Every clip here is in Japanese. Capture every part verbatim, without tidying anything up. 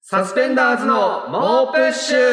サスペンダーズの猛プッシュ。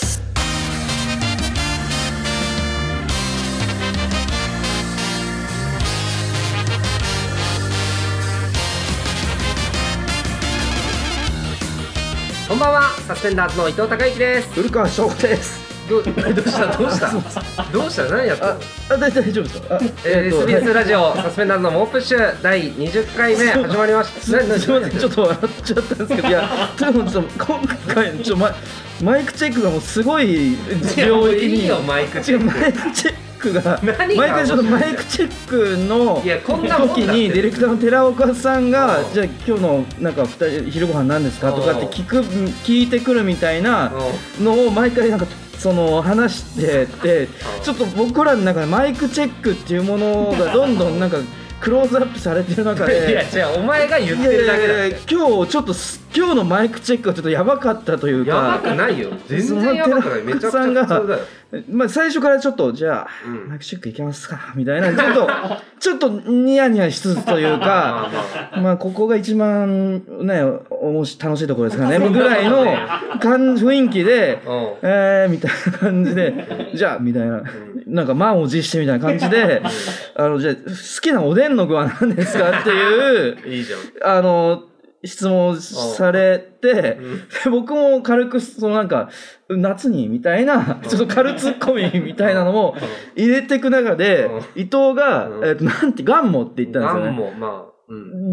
こんばんは、サスペンダーズの伊藤孝之です。 古川翔吾です。 ど, どうしたどうしたどうした何やったの？ あ、大丈夫ですか？ えー、エスビーエス ラジオサスペンダーズの猛プッシュだいにじゅっかいめ始まりました。 すみません、ちょっと笑っちゃったんですけど、いや、というのちょっと今回ちょっとマイマイクチェックがもうすごい領域に。 いいよマイクチェック。 マイクチェックが何毎回ちょっとマイクチェックの時にディレクターの寺岡さんがじゃあ今日のなんかふたり昼ご飯何ですかとかって聞く聞いてくるみたいなのを毎回なんかその話してて、ちょっと僕らの中でマイクチェックっていうものがどんどんなんかクローズアップされてる中でいや違う、お前が言ってるだけだ。 いやいやいや、今日ちょっと今日のマイクチェックはちょっとやばかったというか。 やばくないよ、全然やばくない。めちゃくちゃ普通だよ。 まあ、最初からちょっとじゃあ、うん、マイクチェックいけますかみたいなちょっとちょっとニヤニヤしつつというかまあここが一番ねおもし楽しいところですからねぐらいの雰囲気でえーみたいな感じでじゃあみたいななんか満を持してみたいな感じであのじゃあ好きなおでんの具は何ですかっていういいじゃんあの質問されて、うん、僕も軽くそのなんか夏にみたいなちょっと軽ツッコミみたいなのも入れていく中で伊藤が、うん、えっとなんてガンモって言ったんですよね。 ガンモ、まあうん、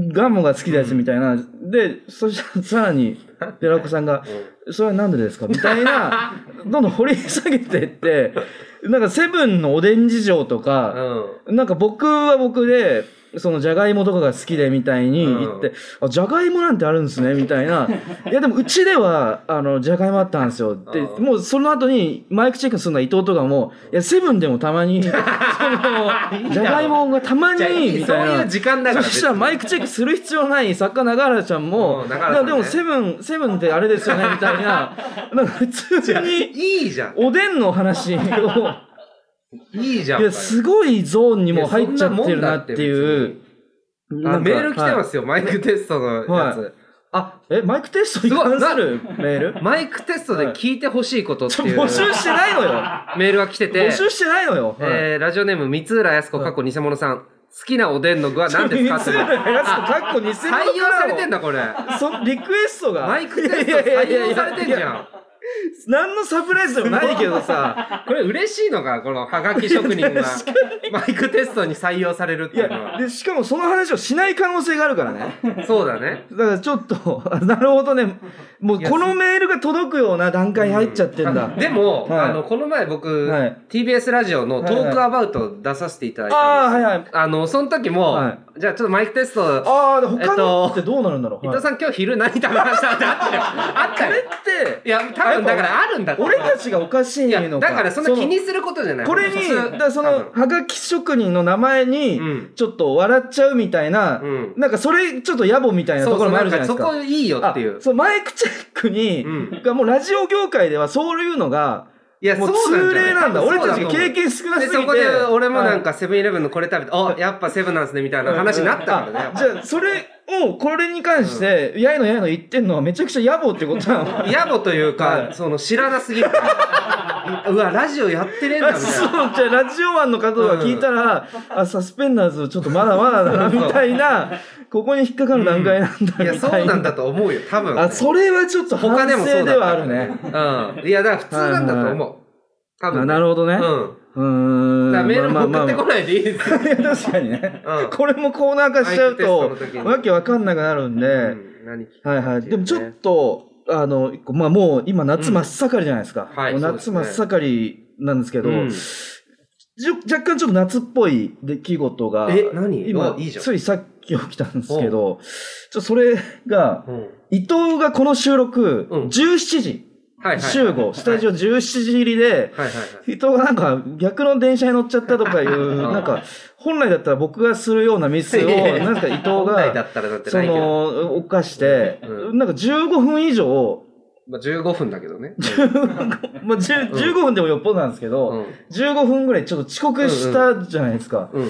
ガンモが好きなやつみたいな、うん、でそしたらさらに寺子さんが、うん、それはなんでですかみたいなどんどん掘り下げていってなんかセブンのおでん事情とか、うん、なんか僕は僕でそのじゃがいもとかが好きでみたいに言って、うん、あじゃがいもなんてあるんですねみたいないやでもうちではあのじゃがいもあったんですよってもうその後にマイクチェックするのは伊藤とかもいやセブンでもたまにそのじゃがいもがたまにみたいなそういう時間だからそしたらマイクチェックする必要ない作家永原ちゃんも、うん、ね、でもセブンセブンってあれですよねみたいななんか普通にいいじゃんおでんの話をいいじゃん。 いや、すごいゾーンにも入っちゃってるなっていう。 あ、メール来てますよ、はい、マイクテストのやつ。はい、 あ、え、マイクテストに関するメールマイクテストで聞いてほしいことっていう、 はい、募集してないのよ。 メールが来てて。 募集してないのよ。 はい、えー、ラジオネーム、三浦靖子、かっこ偽物さん。好きなおでんの具は何ですかって。 三浦靖子、かっこ偽物さん。 採用されてんだ、これ。 そリクエストが。 マイクテスト採用されてんじゃん。 何のサプライズでもないけどさこれ嬉しいのかこのハガキ職人がマイクテストに採用されるっていうのは。 いやでしかもその話をしない可能性があるからね。 そうだね。 だからちょっとなるほどね。もうこのメールが届くような段階に入っちゃってんだ。 うん、でも、はい、あのこの前僕、はい、ティービーエス ラジオのトークアバウト出させていただいたんです。 ああはいはい。 あのその時も、はい、じゃあちょっとマイクテスト。 ああで他のってどうなるんだろう。 伊藤さん今日昼何食べましたってあったよ。あったよ。 これっていや多分だからあるんだ。 俺たちがおかしいのか。 だからそんな気にすることじゃない。 これにだそのハガキ職人の名前にちょっと笑っちゃうみたいな、うん、なんかそれちょっと野暮みたいなところもあるじゃないですか。 そうそう、そこいいよっていう。 そうマイクチェックに、うん、がもうラジオ業界ではそういうのが。いや、もう通例なんだ。俺たちが経験少なすぎて。 そこで俺もなんかセブンイレブンのこれ食べて、あ、やっぱセブンなんすねみたいな話になったからね。 じゃあ、それを、これに関して、やいのやいの言ってんのはめちゃくちゃ野暮ってことなの。 野暮というか、その知らなすぎるから。うわ、ラジオやってねえんだみたいな。 そう、じゃあラジオマンの方が聞いたら、あ、サスペンダーズちょっとまだまだだな、みたいな、ここに引っかかる段階なんだみたいな。いや、 そうなんだと思うよ、多分。 あ、それはちょっと反省ではあるね。 うん。いや、だから普通なんだと思う。多分、 ね、なるほどね。うん。うーん。 だからメールも送ってこないでいいですよ。 いや、確かにね。うん。これもコーナー化しちゃうと、わけわかんなくなるんで。うん、何はいはい。でもちょっと、あの、まあもう今夏真っ盛りじゃないですか。うん、はい。夏真っ盛りなんですけど、うん、若干ちょっと夏っぽい出来事が、 え、何今、 いいじゃん。 ついさっき起きたんですけど、ちょそれが、うん、伊藤がこの収録、うん、じゅうしちじ。集合、スタジオじゅうしちじ入りで、人がなんか逆の電車に乗っちゃったとかいう、なんか、本来だったら僕がするようなミスを、なんか伊藤が、その、犯して、なんかじゅうごふん以上、 まあじゅうごふんだけどね。 まあじゅうごふんでもよっぽどなんですけど、じゅうごふんぐらいちょっと遅刻したじゃないですか。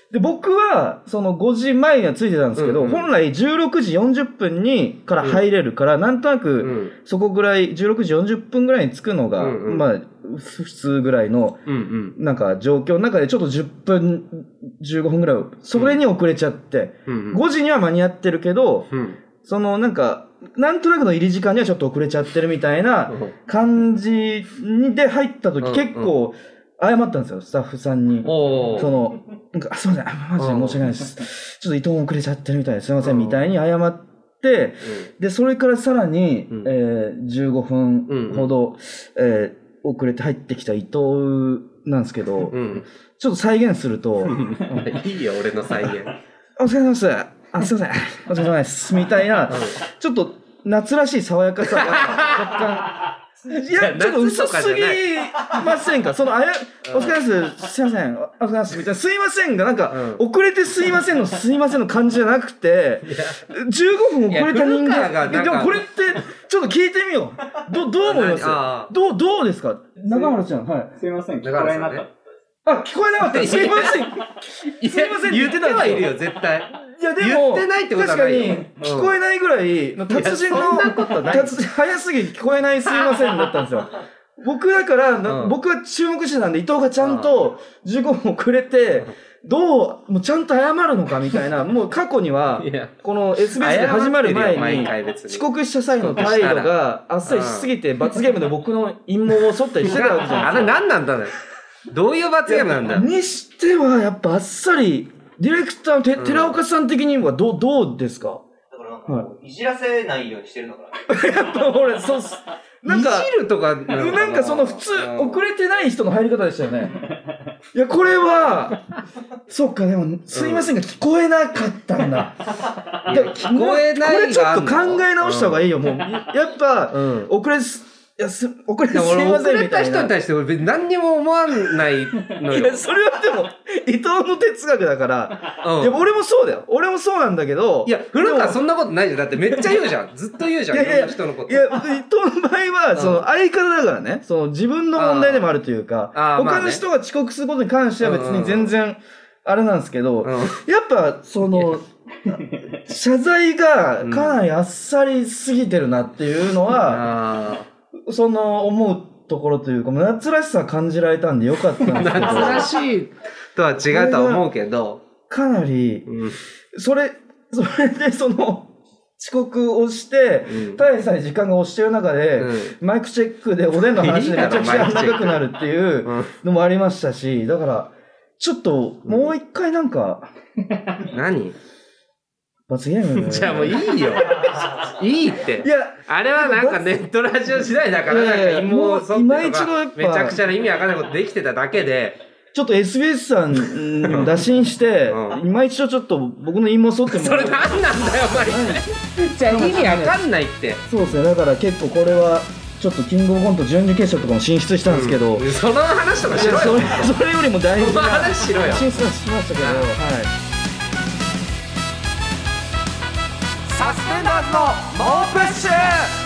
で、僕は、そのごじまえにはついてたんですけど、うんうん、本来じゅうろくじよんじゅっぷんにから入れるから、うん、なんとなく、そこぐらい、じゅうろくじよんじゅっぷんぐらいに着くのが、うんうん、まあ、普通ぐらいの、なんか状況の中でちょっとじゅっぷん、じゅうごふんぐらい、それに遅れちゃって、うんうん、ごじには間に合ってるけど、うん、そのなんか、なんとなくの入り時間にはちょっと遅れちゃってるみたいな感じで入った時、結構、謝ったんですよ、スタッフさんに。その、なんか、あ、すいません、マジで申し訳ないです。ちょっと移動遅れちゃってるみたいです。すいません、みたいに謝って、で、それからさらに、うん、えー、じゅうごふんほど、うん、えー、遅れて入ってきた伊藤なんですけど、うん、ちょっと再現すると、 いいよ、俺の再現。 お疲れ様です。あ、すいません、お疲れ様です。みたいな、ちょっと夏らしい爽やかさが若干、いや、ちょっと薄すぎませんかその、あや、お疲れ様です。すいません。お疲れ様です。みたいな、すいませんが、なんか、うん、遅れてすいませんのすいませんの感じじゃなくて、じゅうごふん遅れた人間。でもこれって、ちょっと聞いてみよう。ど、どう思いますどう、どうですか中原ちゃん。はい。 すいません。聞こえなかった。 あ、聞こえなかった。すいません。すいません。 言ってはいるよ、絶対。 いや、でも、 言ってないってことはないよ。 確かに、聞こえないぐらい、達人の、早すぎ聞こえないすいませんだったんですよ。僕だから、うん、僕は注目してたんで、伊藤がちゃんとじゅうごふん遅れて、どう、もうちゃんと謝るのかみたいな、もう過去には、この エスビーエス で始まる前に、遅刻した際の態度があっさりしすぎて、罰ゲームで僕の陰謀を剃ったりしてたわけじゃないですか。 あれ何なんだね。どういう罰ゲームなんだにしては、やっぱあっさり、ディレクターのて、うん、寺岡さん的にはどう、どうですかだからなんか、はい、いじらせないようにしてるのかなやっぱ俺、そうっす。 なんか、いじるとかな、なんかその普通、遅れてない人の入り方でしたよね。いや、これは、そっか、でも、すいませんが、聞こえなかったんだ。 いや、聞こえないこれちょっと考え直した方がいいよ、もう。やっぱ、うん、遅れす、いや、す、遅れてすいませんみたいな。 遅れた人に対して俺何にも思わないのよ。 いや、それはでも、伊藤の哲学だから、うん、いや、俺もそうだよ。俺もそうなんだけど。 いや、古川そんなことないじゃん。だってめっちゃ言うじゃん。ずっと言うじゃん。いやいや、いろんな人のこと。 いや、伊藤の場合は、その、相方だからね、その、自分の問題でもあるというか、他の人が遅刻することに関しては別に全然、あれなんですけど、うん、やっぱ、その、謝罪がかなりあっさりすぎてるなっていうのは、うんその思うところというか、夏らしさ感じられたんでよかったんですけど。 夏らしいとは違うとは思うけど。 かなり、うん、それ、それでその、遅刻をして、うん、ただでさえ時間が押してる中で、うん、マイクチェックでおでんの話でめちゃくちゃ長くなるっていうのもありましたし、だから、ちょっと、もう一回なんか、 うん、何罰ゲームじゃあもういいよ。いいって。いや、あれはなんかネットラジオ時代だから、なんか芋を剃ってとか、めちゃくちゃな意味わかんないことできてただけで。 ちょっと エスビーエス さん打診して、うん、今一度ちょっと僕の陰謀剃ってもらう。それ何なんだよ、マジで。じゃあ意味わかんないって。 そうですね。だから結構これは、ちょっとキングオブコント準々決勝とかも進出したんですけど。うん、 その話とかしろよ。 それ、それよりも大事な。 その話しろよ。 進出はしましたけど、はい。 サスペンダーズの猛プッシュ。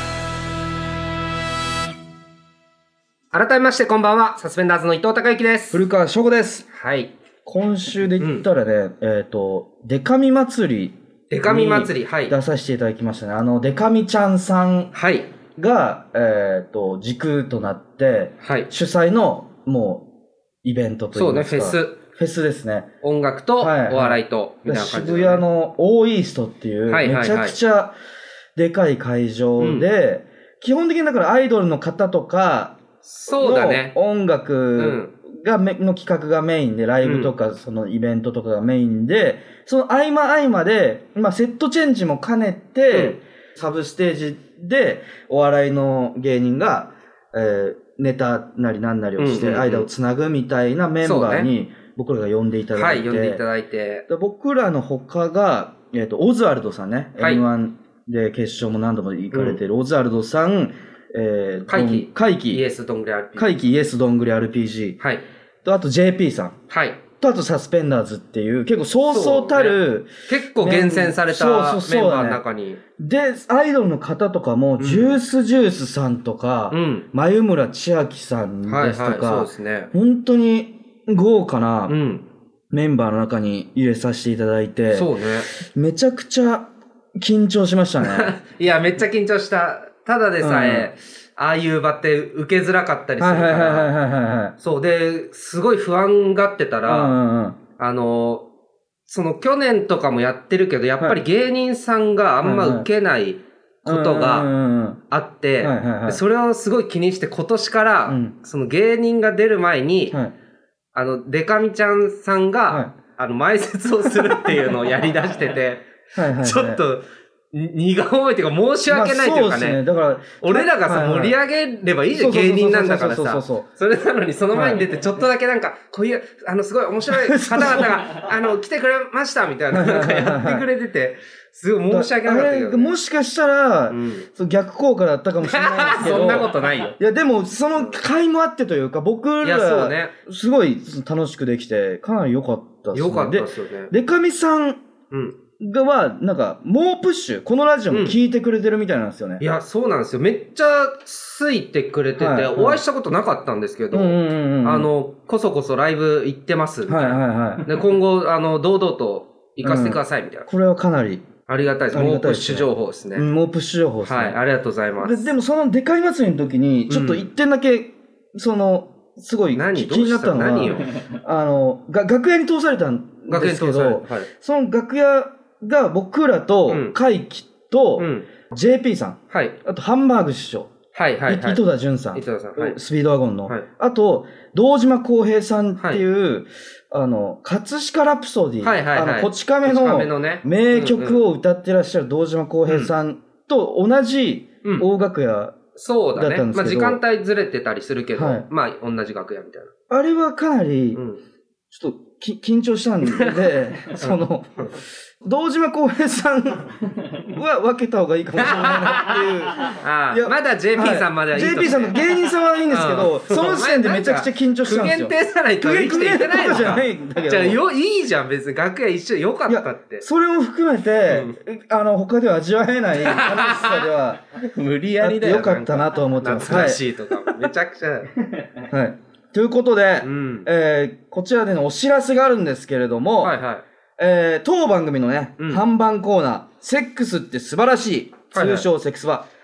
改めましてこんばんは、サスペンダーズの伊藤孝之です。 古川翔吾です。 はい。 今週で言ったらね、うん、えっ、ー、と、デカミ祭り。 デカミ祭り、はい。 出させていただきましたね。あの、デカミちゃんさんが、はい、えっ、ー、と、軸となって、はい、主催の、もう、イベントというか。 そうね、フェス。 フェスですね。 音楽とお笑いと、みたいな感じで、ね、 渋谷のオーイーストっていう、めちゃくちゃでかい会場で、はいはいはい、基本的にだからアイドルの方とか、 そうだね。 音楽がめ、の企画がメインで、ライブとか、そのイベントとかがメインで、その合間合間で、まあセットチェンジも兼ねて、うん、サブステージでお笑いの芸人が、えー、ネタなりなんなりをして間をつなぐみたいなメンバーに、僕らが呼んでいただいて。 はい、呼んでいただいて。 僕らの他が、えっと、オズワルドさんね。はい、エムワン で決勝も何度も行かれてる、うん、オズワルドさん、えー、 怪奇。 怪奇。 イエスどんぐり アールピージー。 怪奇イエスどんぐり アールピージー。 はい。 と、あと ジェーピー さん。 はい。 と、あとサスペンダーズっていう、結構そうそうたる、 ね、結構厳選されたメンバーの中に。 で、アイドルの方とかも、うん、ジュースジュースさんとか、うん、眉村千秋さんですとか、はいはい、そうですね。本当に豪華な、うん、 メンバーの中に入れさせていただいて、 そうね。 めちゃくちゃ緊張しましたね。 いや、めっちゃ緊張した。ただでさえ、うん、ああいう場って受けづらかったりするから。はいはいはいはいはい。そう。で、すごい不安がってたら、うんうんうん、あの、その去年とかもやってるけど、やっぱり芸人さんがあんま受けないことがあって、それをすごい気にして今年から、うん、その芸人が出る前に、はい、あの、デカミちゃんさんが、はい、あの、前説をするっていうのをやり出してて、はいはいはい、ちょっと、荷が重いっていうか申し訳ないというかね。まあ、そうですね。だから、俺らがさ、はいはい、盛り上げればいいじゃん、芸人なんだからさ。それなのにその前に出てちょっとだけなんか、こういう、あの、すごい面白い方々が、あの、来てくれましたみたいな、なんかやってくれてて、すごい申し訳なかったけど、ね。あれ、 もしかしたら、うん、そ逆効果だったかもしれないですけど。 そんなことないよ。 いや、でも、その会もあってというか、僕ら、ね、すごい楽しくできて、かなり良かったですね。 良かったですよね。 で、でかみさん、うんがは、なんか、猛プッシュ、このラジオも聞いてくれてるみたいなんですよね。 うん、いや、そうなんですよ。めっちゃついてくれてて、はいはい、お会いしたことなかったんですけど、うんうんうん、あの、こそこそライブ行ってますみたいな。はいはいはい、で、今後、あの、堂々と行かせてくださいみたいな。うん、 これはかなり。 ありがたいです。猛プッシュ情報ですね。 うん、猛プッシュ情報ですね。 はい、ありがとうございます。 で、でもそのでかい祭りの時に、ちょっと一点だけ、うん、その、すごい気になったのが、何よあの、が、楽屋に通されたんですけど、はい、その楽屋、が僕らと、海輝と、ジェーピー さん。はい。あと、ハンバーグ師匠。はいはいはい。井戸田潤さん。井戸田さん。はい。スピードワゴンの。はい。あと、堂島康平さんっていう、あの、葛飾ラプソディ。はいはいはい。あの、こち亀の名曲を歌ってらっしゃる堂島康平さんと同じ大楽屋だったんですけど。そうだね。まあ時間帯ずれてたりするけど、まあ同じ楽屋みたいな。あれはかなり、ちょっとき緊張したんで、その、堂島康平さんは分けた方がいいかもしれないなっていう。ああいやまだ ジェーピー さんまではいいと、 はい、ジェーピー さんの芸人さんはいいんですけど、その時点でめちゃくちゃ緊張したんですよ。 苦言呈さないと生きていけないのじゃないんだけど。 じゃあよ、いいじゃん、別に楽屋一緒よかったって。 それも含めて、うん、あの、他では味わえない楽しさでは、 無理やりだよ。 よかったなと思ってます。 懐かしいとか、めちゃくちゃ。 はい。ということで、うん、えー、こちらでのお知らせがあるんですけれども、はいはい。えー、当番組のね、うん、販売コーナー、セックスって素晴らしい、通称セックスバー。はいはい、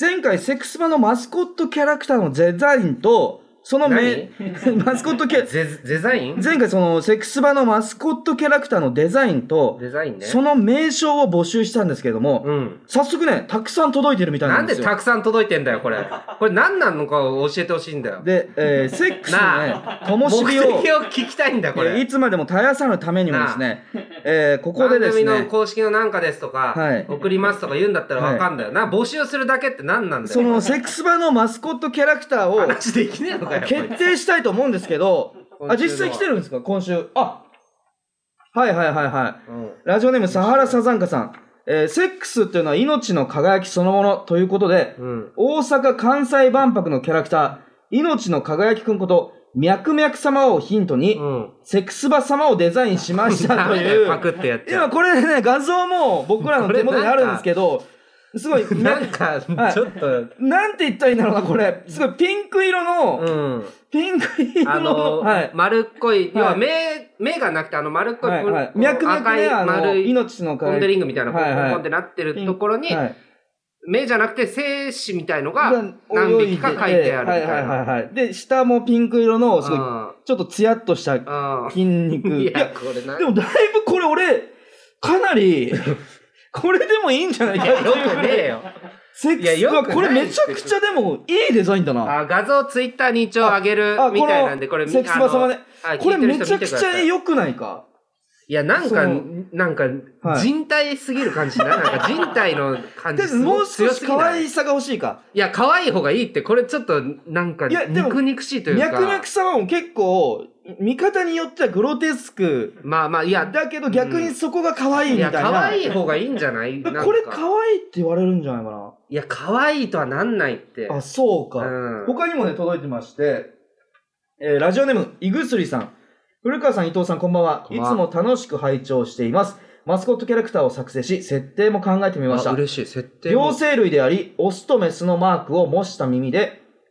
前回セックスバーのマスコットキャラクターのデザインと、そのめ、マスコットキャラ、 デザイン前回そのセックスバーのマスコットキャラクターのデザインと、 デザインね。 その名称を募集したんですけれども、うん、早速ね、たくさん届いてるみたいなんですよ。 なんでたくさん届いてんだよ、これ。これ何なのかを教えてほしいんだよ。 で、えー、セックスのね、灯火を、 目的を聞きたいんだよ、これ。 いつまでも絶やさぬためにもですね、えー、ここでですね、 番組の公式のなんかですとか、はい、送りますとか言うんだったらわかんだよな、はい。募集するだけって何なんだよ。 そのセックスバーのマスコットキャラクターを、 話できねえのかよ。 決定したいと思うんですけど、あ、実際来てるんですか今週。あ、はいはいはいはい。うん、ラジオネーム、サハラサザンカさん。えー、セックスっていうのは命の輝きそのものということで、うん、大阪・関西万博のキャラクター、命の輝きくんこと、脈々様をヒントに、うん、セックスバ様をデザインしましたという。 パクってやっちゃう。 今これね、画像も僕らの手元にあるんですけど、すごい、 なんか、ちょっと、はい、 なんて言ったらいいんだろうな、これ。すごい、ピンク色の、うん、ピンク色の、 あの、はい、丸っこい、要は目、目がなくて、あの丸っこい、はいはい、 脈々ね、赤い丸い、命のポンデリングみたいな、ポンポンってなってるところに、はい、目じゃなくて、精子みたいのが何匹か書いてあるみたいな。はいはいはいはい。 で、下もピンク色の、すごい、ちょっとツヤっとした筋肉。 いや、これな。 でもだいぶこれ俺、かなり、これでもいいんじゃないかよくねえよ。 セックスはこれめちゃくちゃでもいいデザインだな。 あ、画像ツイッターに一応上げるみたいなんで、これセックスバ様ね。これめちゃくちゃ良くないか。 いや、なんか、なんか、人体すぎる感じだな。なんか人体の感じすごい強すぎない。 もう少し可愛さが欲しいか。 いや、可愛い方がいいって、これちょっと、なんか、肉肉しいというか。 脈々様も結構、見方によってはグロテスク。 まあまあ、いや。 だけど逆にそこが可愛いみたいな。いや、 可愛い方がいいんじゃない？なんかこれ可愛いって言われるんじゃないかな。 いや、可愛いとはなんないって。 あ、そうか。うん、他にもね、届いてまして、えー、ラジオネーム、いぐすりさん。古川さん、伊藤さん、こんばんは。いつも楽しく拝聴しています。マスコットキャラクターを作成し、設定も考えてみました。 嬉しい、設定両生類であり、オスとメスのマークを模した耳で、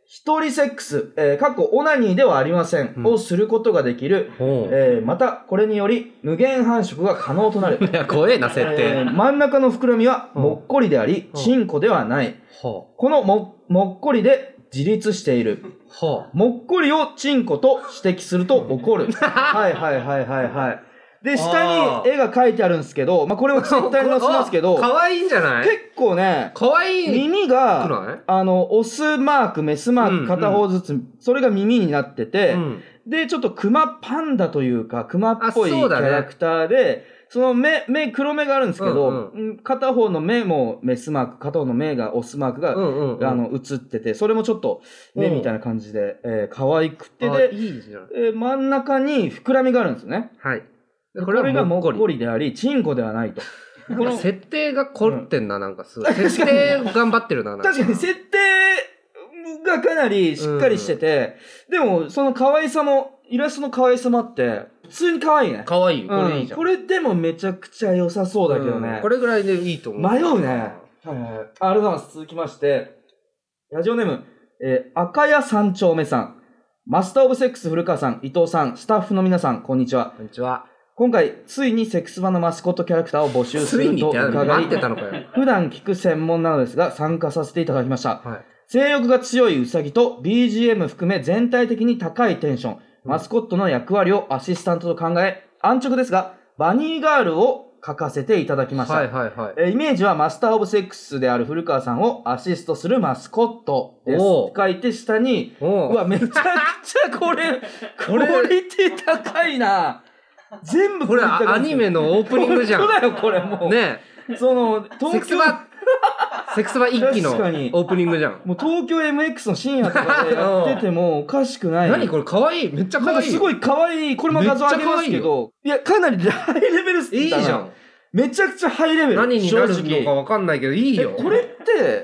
一人セックス、えー、かっこオナニーではありません、うん、をすることができる、えー、またこれにより無限繁殖が可能となる。 いや怖えな設定、えー、真ん中の膨らみはもっこりであり、チンコではない。この も, もっこりで自立している。もっこりをチンコと指摘すると怒る。はいはいはいはいはい。で、下に絵が描いてあるんですけど、まあ、これをツイッターに載せますけど、 かわいいんじゃない？ 結構ね、 かわいい。 耳が、あの、オスマーク、メスマーク片方ずつ、うんうん、それが耳になってて、うん、で、ちょっとクマパンダというか、クマっぽいキャラクターで、その目、目、黒目があるんですけど、うんうん、片方の目もメスマーク、片方の目がオスマークが、うんうんうん、あの、映ってて、それもちょっと目みたいな感じで、うん、えー、可愛くて、で、いいですよ、えー、真ん中に膨らみがあるんですよね。はい。これがもっこりであり、チンコではないと。 この設定が凝ってんな、なんかすごい。設定頑張ってるな、なんか。 確かに設定がかなりしっかりしてて、うん、でも、その可愛さも、イラストの可愛さもあって、普通に可愛いね。 可愛い。これいいじゃん。 うん、これでもめちゃくちゃ良さそうだけどね。 うん、これぐらいでいいと思う。 迷うね。はいはい。ありがとうございます。続きまして、ラジオネーム、えー、赤谷三丁目さん。マスターオブセックス古川さん、伊藤さん、スタッフの皆さん、こんにちは。 こんにちは。 今回、ついにセックス版のマスコットキャラクターを募集すると伺い、普段聞く専門なのですが、参加させていただきました。はい、性欲が強いウサギと ビージーエム 含め全体的に高いテンション、マスコットの役割をアシスタントと考え、安直ですが、バニーガールを書かせていただきました。はいはいはい、えイメージはマスターオブセックスである古川さんをアシストするマスコットです。書いて下に、うわ、めちゃくちゃこれ、クオリティ高いな。全部これアニメのオープニングじゃん。 そうだよ、これもう。ねその、 セクスバ、セクスバ一期のオープニングじゃん。 もう東京 エムエックス の深夜とかでやっててもおかしくない。 何これかわいい。めっちゃかわいい。 すごいかわいい。これも画像あげますけど。いや、かなりハイレベルっすね。 いいじゃん。 めちゃくちゃハイレベル。 何になるのかわかんないけど、いいよ。 これって、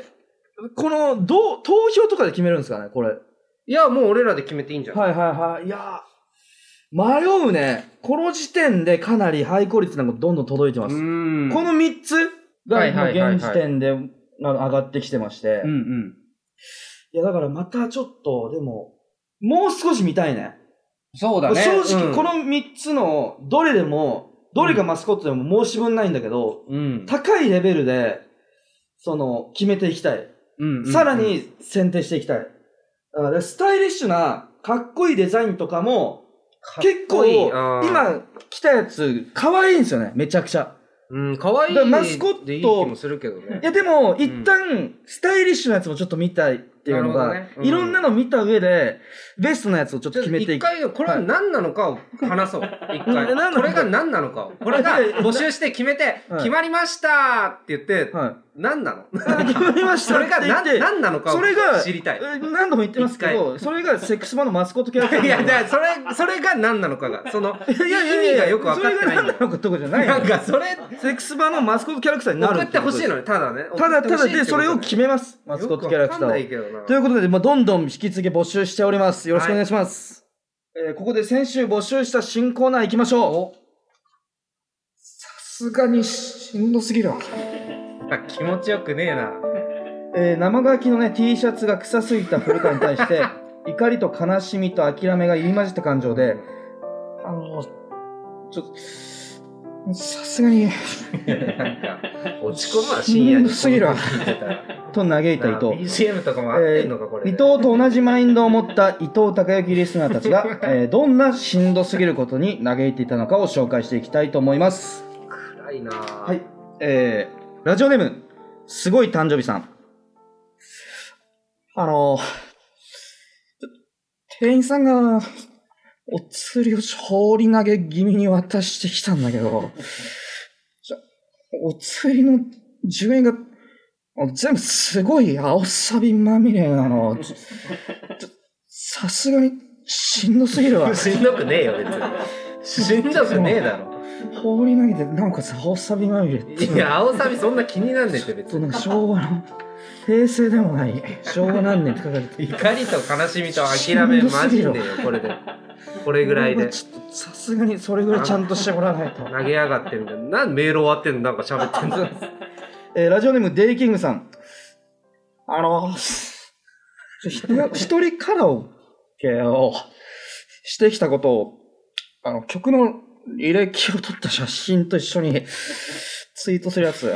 この、どう、投票とかで決めるんですかね、これ。 いや、もう俺らで決めていいんじゃない？ はいはいはい。いや迷うね。この時点でかなりハイクオリティなのがどんどん届いてます。このみっつが現時点で上がってきてまして。うんうん、いやだからまたちょっと、でも、もう少し見たいね。 そうだね。 正直このみっつのどれでも、どれがマスコットでも申し分ないんだけど、うん、高いレベルで、その、決めていきたい。うんうんうん、さらに選定していきたい。だからスタイリッシュな、かっこいいデザインとかも、結構、今来たやつ、可愛いんですよね、めちゃくちゃ。 うん、可愛いマスコットでいい気もするけどね。 いや、でも、一旦、スタイリッシュなやつもちょっと見たいっていうのが、ねうん、いろんなの見た上で、ベストなやつをちょっと決めていく。 一回、これは何なのかを話そう。一回。これが何なのかを。これが募集して決めて、決まりましたって言って、はい何なの決まりましたそれが何, 何なのかを知りたい。 何度も言ってますけど、それがセックス版のマスコットキャラクター。 いや、だそれ、それが何なのかが、その、いや意味がよく分かってない。 それが何なのかとかじゃない。 なんかそれ、 セックス版のマスコットキャラクターになる。 送ってほしいのに、ただね。 ただ、ただで、それを決めます。マスコットキャラクターを。ということで、まあ、どんどん引き継ぎ募集しております。よろしくお願いします。はい、えー、ここで先週募集した新コーナー行きましょう。さすがにしんどすぎるわ。 気持ちよくねえな。 えー、生乾きのね T シャツが臭すぎた古川に対して怒りと悲しみと諦めが入り混じった感情で、あのちょっとさすがになんか落ち込むわ深夜にすぎるわと嘆いた伊藤。 ビージーエム とかも合ってんのかこれ、 えー、伊藤と同じマインドを持った伊藤孝之リスナーたちが、えー、どんなしんどすぎることに嘆いていたのかを紹介していきたいと思います。 暗いな。 はい、えーラジオネーム、すごい誕生日さん。あの、店員さんが、お釣りを放り投げ気味に渡してきたんだけど、じゃお釣りのじゅうえんが、全部すごい青サビまみれなの。さすがに、しんどすぎるわ。 しんどくねえよ、別に。しんどくねえだろ。 放り投げて、なおかつ青サビまみれって。 いや、青サビそんな気になんねんって別に。 なんか昭和の、平成でもない、昭和何年って書かれて怒りと悲しみと諦めマジでよ、これで。これぐらいで。 ちょっとさすがにそれぐらいちゃんとしてもらわないと。 投げやがってるんだよ。なんでメール終わってんのなんか喋ってんのえー、ラジオネームデイキングさん。あの、 一人カラオケをしてきたことを、あの、曲の履歴を撮った写真と一緒にツイートするやつ。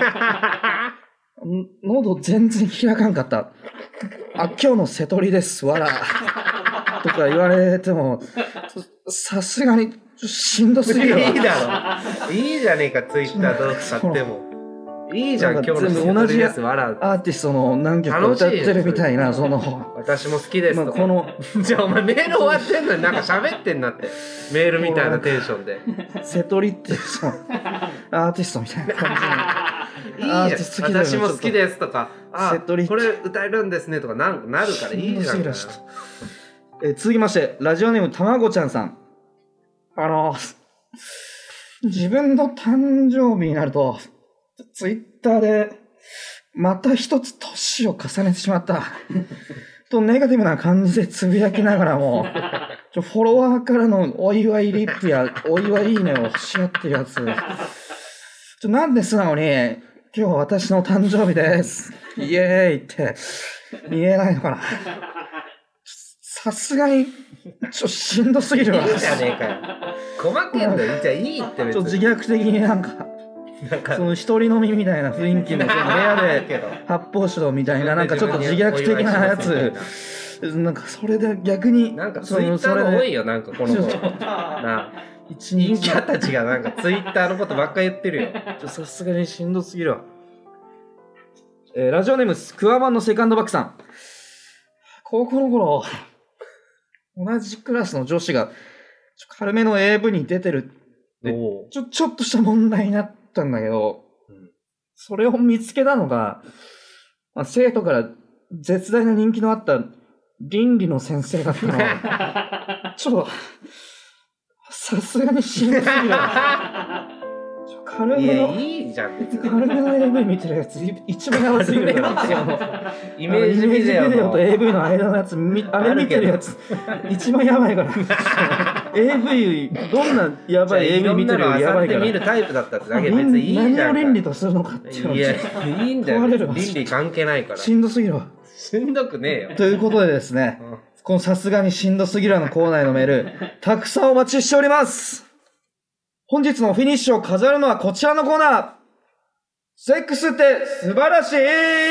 喉全然開かんかった。あ、今日の瀬戸りです、わら。とか言われても、さすがにしんどすぎるわ。 いいだろ。いいじゃねえか、ツイッターどう使っても。いいじゃん、今日の瀬戸りです、わら。 アーティストの何曲か歌ってるみたいな、その。 私も好きですとか。 まあ、このじゃあお前メール終わってんのになんか喋ってんなって。メールみたいなテンションで。 瀬戸りっていうそのアーティストみたいな感じに。いいじゃん。私も好きですとか。あ、これ歌えるんですねとかなんかなるからいいじゃん。 え続きまして、ラジオネームたまごちゃんさん。あの、自分の誕生日になると、ツイッターで、また一つ年を重ねてしまった。と、ネガティブな感じでつぶやきながらも、ちょフォロワーからのお祝いリップやお祝いいいねをし合ってるやつ。ちょなんで素直に、今日は私の誕生日です。イエーイって言えないのかな。さすがに、ちょ、しんどすぎるわ。 いいじゃねえかよ。困ってんだよ。じゃあいいって別に。 ちょっと自虐的になんか、なんかその一人飲みみたいな雰囲気のその部屋で発泡酒みたいななんかちょっと自虐的なやつなんかそれで逆になんかツイッターの多いよなんかこの子な一人気たちがなんかツイッターのことばっかり言ってるよ。 さすがにしんどすぎるわ。えー、ラジオネームクワマンのセカンドバックさん。高校の頃同じクラスの女子が軽めの エーブイ に出てるってちょちょっとした問題になったんだけど、うん、それを見つけたのが、まあ、生徒から絶大な人気のあった倫理の先生だったのはちょっとさすがにしんどすぎる。軽めのいいじゃん別に軽めの エーブイ 見てるやつ一番やばすぎるからイメージビデオと エーブイ の間のやつあれ見てるやつ一番やばいからエーブイ どんなやばい エーブイ 見てるよりやばいから見るタイプだったってだけで別にいいじゃん。 何を倫理とするのかっていうのいやいいんだよ。倫理関係ないからしんどすぎるわ。 しんどくねえよ。 ということでですね、うん、このさすがにしんどすぎるのコーナーのメールたくさんお待ちしております。本日のフィニッシュを飾るのはこちらのコーナー。セックスって素晴らしい。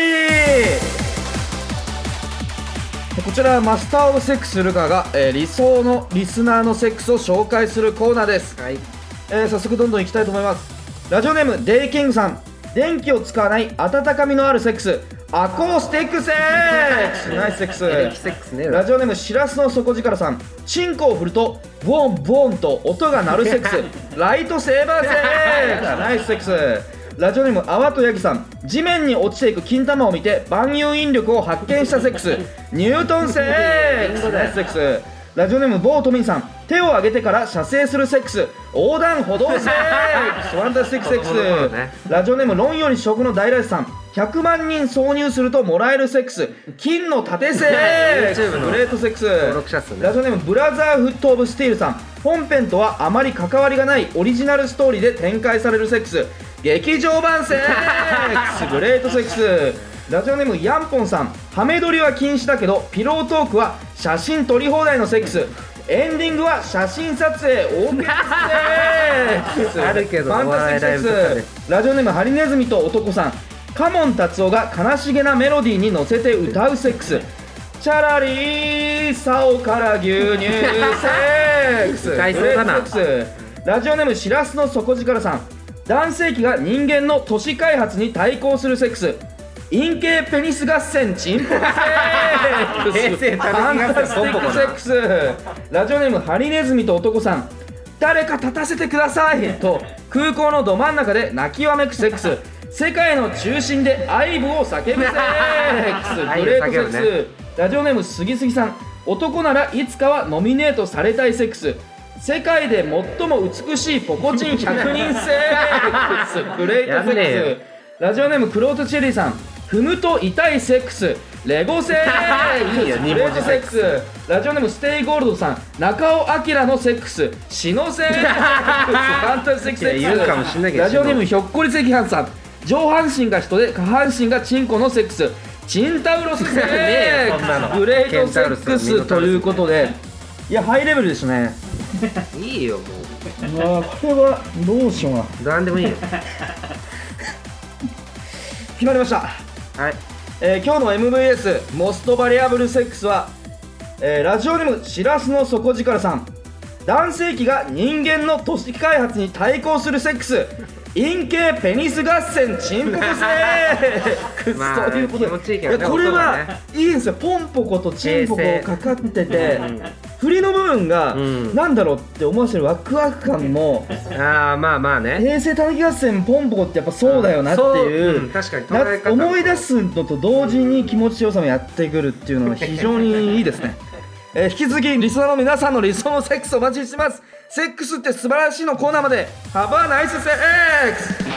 こちらはマスターオブセックスルカが、えー、理想のリスナーのセックスを紹介するコーナーです、はいえー、早速どんどんいきたいと思います。ラジオネームデイキングさん。電気を使わない温かみのあるセックス、アコースティックセックスナイスセックス。 エレキセックスね。 ラジオネームしらすの底力さん。チンコを振るとボンボンと音が鳴るセックスライトセーバーセックスナイスセックス。ラジオネーム泡とヤギさん。地面に落ちていく金玉を見て万有引力を発見したセックスニュートンセックスナイスセックス。ラジオネームボートミンさん。手を上げてから射精するセックス横断歩道セックスファンタスティックセックス、ね、ラジオネーム論より食の大来さん。ひゃくまんにん挿入するともらえるセックス金の盾セックスグレートセックス、ね、ラジオネームブラザーフットオブスティールさん。本編とはあまり関わりがないオリジナルストーリーで展開されるセックス劇場版セックスグレートセックス。ラジオネームヤンポンさん。ハメ撮りは禁止だけどピロートークは写真撮り放題のセックスエンディングは写真撮影 OK セックスあるけどファンタスティックセックス。ラジオネームハリネズミと男さん。カモン達夫が悲しげなメロディーに乗せて歌うセックスチャラリーサオから牛乳セックス歌いそうだな。 ラジオネームしらすの底力さん。男性器が人間の都市開発に対抗するセックス陰茎ペニス合戦チンポコセックス平成ファンタスティックセックス。ラジオネームハリネズミと男さん。誰か立たせてくださいと空港のど真ん中で泣きわめくセックス世界の中心で愛撫を叫ぶセックスグレートセックス、ね、ラジオネームすぎすぎさん。男ならいつかはノミネートされたいセックス世界で最も美しいポコチンひゃくにんセックスグレートセックス。ラジオネームクロートチェリーさん。踏むと痛いセックスレゴセックスいいよグレートセックス。ラジオネームステイゴールドさん。中尾明のセックスシノセックスファンタスティックセックス。 言うかもしんないけどラジオネームひょっこり赤飯さん。上半身が人で下半身がチンコのセックスチンタウロスセねえッそんなのクスグレートセックスということで、いやハイレベルですね。 いいよもあーこれはどうしようかな。 うなんでもいいよ決まりました、 はいえー今日の エムブイエス モストバリアブルセックスは、えーラジオネームしらすの底力さん。男性器が人間の都市開発に対抗するセックス、陰茎ペニス合戦チンポコセックス、 まあということで、 気持ちいいけどねやこれは音がねいいんですよ。ポンポコとチンポコかかってて、 うん振りの部分が、 うんなんだろうって思わせるワクワク感もああまあまあね平成たぬき合戦ポンポコってやっぱそうだよなっていう、 そううん確かにな捉え方思い出すのと同時に気持ちよさもやってくるっていうのが非常にいいですね、えー引き続きリスナーの皆さんの理想のセックスお待ちしてます。セックスって素晴らしいのコーナーまで Have a nice sex。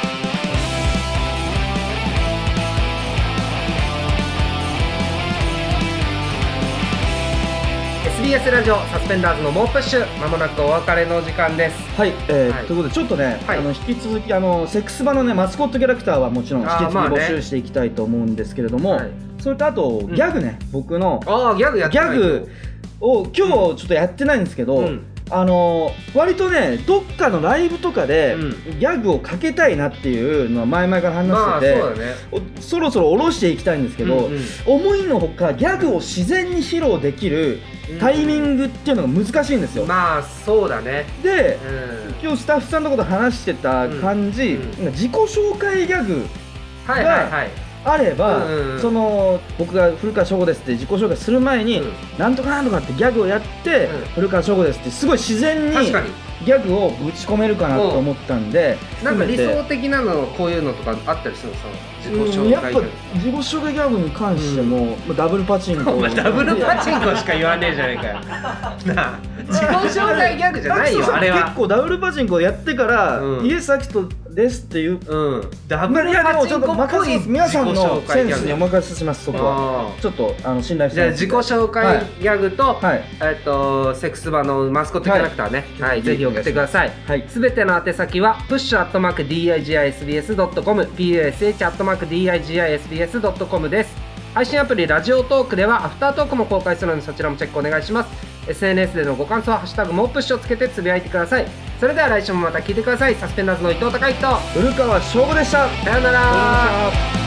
エスビーエス ラジオサスペンダーズの猛プッシュ、まもなくお別れの時間です。 はい、えーはいということでちょっとね、 はいあの引き続きあのセックス場のねマスコットキャラクターはもちろん引き続きあーまあね募集していきたいと思うんですけれども、 はいそれとあとギャグね、僕のああギャグやっギてないとャグを今日ちょっとやってないんですけど、 うんあの割とねどっかのライブとかでうんギャグをかけたいなっていうのは前々から話まあしてて、 そうだねおそろそろ下ろしていきたいんですけど、 うんうん思いのほかギャグを自然に披露できるタイミングっていうのが難しいんですよ、 まあそうだねでうん今日スタッフさんのこと話してた感じ、 うんうんなんか自己紹介ギャグはいはいはいあれば、 うんうんうんその僕が古川翔吾ですって自己紹介する前に、 うんなんとかなんとかってギャグをやって、 うん古川翔吾ですってすごい自然に確かにギャグをぶち込めるかなと思ったんで、 なんか理含めて想的なのこういうのとかあったりするのその自己うん紹介やっぱ自己紹介ギャグに関しても、まあダブルパチンコお前ダブルパチンコしか言わねえじゃないかよなあ自己紹介ギャグじゃないよあれは結構ダブルパチンコやってから、 うんイエス・アキトですっていう、 うんダブルいやでパチンもちょっとコっぽい任せ皆さんの自己紹介ギャグセンスにお任せします。そこはあちょっとあの信頼しーじゃあてます自己紹介ギャグと、 はいえっとセックス場のマスコットキャラクターね、はいぜひ送ってください。 はいすべての宛先は プッシュ アットマーク ディーアイジーアイエスビーエスドットコム ピーエスエイチ アットマーク ディーアイジーアイエスビーエスドットコム です。配信アプリラジオトークではアフタートークも公開するのでそちらもチェックお願いします。 エスエヌエス でのご感想はハッシュタグモープッシュをつけてつぶやいてください。それでは来週もまた聞いてください。サスペンダーズの伊藤孝之と古川翔吾でした。 さようなら。